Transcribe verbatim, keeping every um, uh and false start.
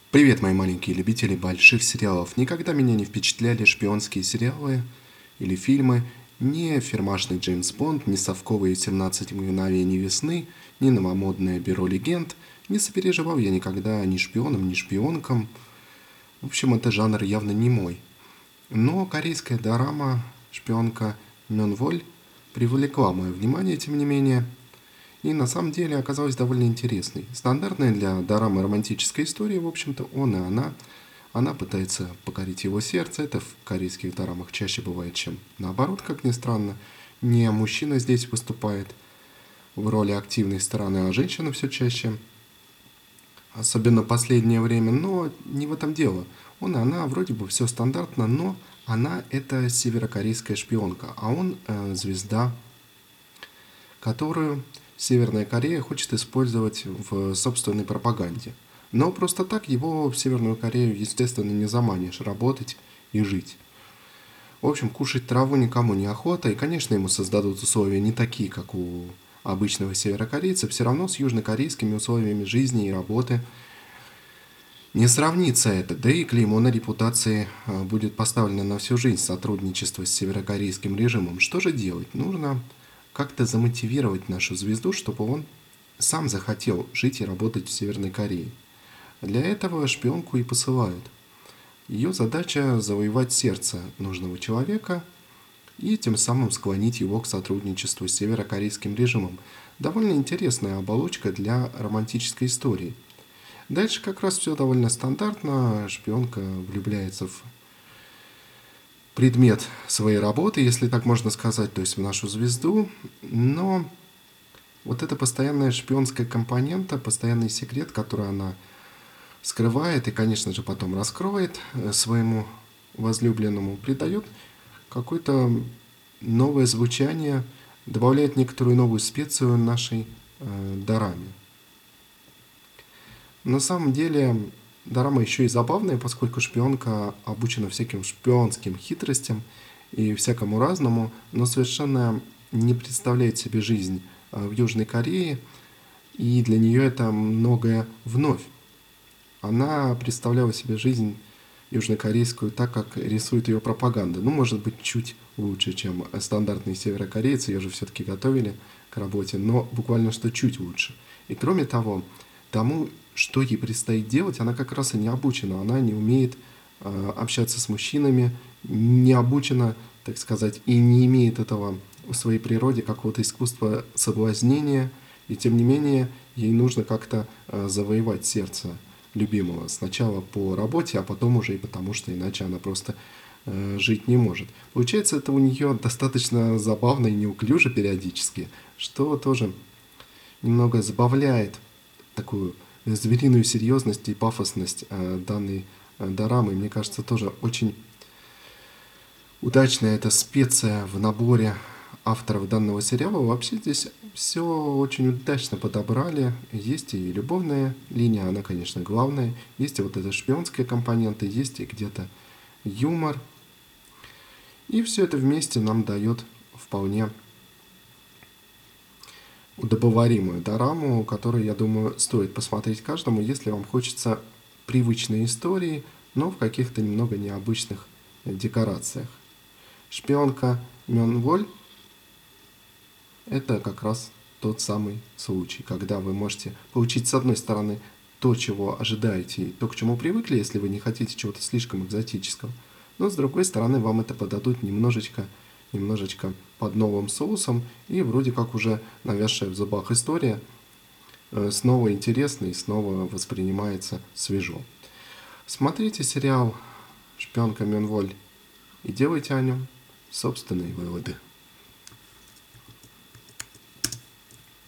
Привет, мои маленькие любители больших сериалов. Никогда меня не впечатляли шпионские сериалы или фильмы. Ни «Фермашный Джеймс Бонд», ни «Совковые семнадцать мгновений весны», ни «Новомодное бюро легенд». Не сопереживал я никогда ни шпионам, ни шпионкам. В общем, это жанр явно не мой. Но корейская дорама «Шпионка Мёнволь» привлекла мое внимание, тем не менее. И на самом деле оказалась довольно интересной. Стандартная для дорамы романтическая история, в общем-то, он и она. Она пытается покорить его сердце. Это в корейских дорамах чаще бывает, чем наоборот, как ни странно. Не мужчина здесь выступает в роли активной стороны, а женщина все чаще. Особенно в последнее время, но не в этом дело. Он и она, вроде бы все стандартно, но она это северокорейская шпионка, а он э, звезда, которую Северная Корея хочет использовать в собственной пропаганде. Но просто так его в Северную Корею, естественно, не заманишь работать и жить. В общем, кушать траву никому не охота, и, конечно, ему создадут условия не такие, как у обычного северокорейца, все равно с южнокорейскими условиями жизни и работы не сравнится это, да и клеймо на репутации будет поставлено на всю жизнь сотрудничество с северокорейским режимом. Что же делать? Нужно как-то замотивировать нашу звезду, чтобы он сам захотел жить и работать в Северной Корее. Для этого шпионку и посылают. Ее задача завоевать сердце нужного человека и тем самым склонить его к сотрудничеству с северокорейским режимом. Довольно интересная оболочка для романтической истории. Дальше как раз все довольно стандартно. Шпионка влюбляется в предмет своей работы, если так можно сказать, то есть в нашу звезду. Но вот эта постоянная шпионская компонента, постоянный секрет, который она скрывает и, конечно же, потом раскроет своему возлюбленному, придает какое-то новое звучание, добавляет некоторую новую специю нашей э, дораме. На самом деле, дорама еще и забавная, поскольку шпионка обучена всяким шпионским хитростям и всякому разному, но совершенно не представляет себе жизнь в Южной Корее, и для нее это многое вновь. Она представляла себе жизнь южнокорейскую так, как рисует ее пропаганда. Ну, может быть, чуть лучше, чем стандартные северокорейцы, ее же все-таки готовили к работе, но буквально что чуть лучше. И кроме того, тому, что ей предстоит делать, она как раз и не обучена. Она не умеет э, общаться с мужчинами, не обучена, так сказать, и не имеет этого в своей природе какого-то искусства соблазнения. И тем не менее, ей нужно как-то э, завоевать сердце любимого. Сначала по работе, а потом уже и потому, что иначе она просто э, жить не может. Получается, это у нее достаточно забавно и неуклюже периодически, что тоже немного забавляет такую звериную серьезность и пафосность э, данной э, дорамы. Мне кажется, тоже очень удачная эта специя в наборе авторов данного сериала. Вообще здесь все очень удачно подобрали. Есть и любовная линия, она, конечно, главная. Есть и вот эта шпионская компонента, есть и где-то юмор. И все это вместе нам дает вполне удобоваримую дораму, которую, я думаю, стоит посмотреть каждому, если вам хочется привычной истории, но в каких-то немного необычных декорациях. «Шпионка Мёнволь» — это как раз тот самый случай, когда вы можете получить, с одной стороны, то, чего ожидаете, и то, к чему привыкли, если вы не хотите чего-то слишком экзотического, но, с другой стороны, вам это подадут немножечко немножечко под новым соусом, и вроде как уже навязшая в зубах история снова интересна и снова воспринимается свежо. Смотрите сериал «Шпионка Мёнволь» и делайте о нем собственные выводы.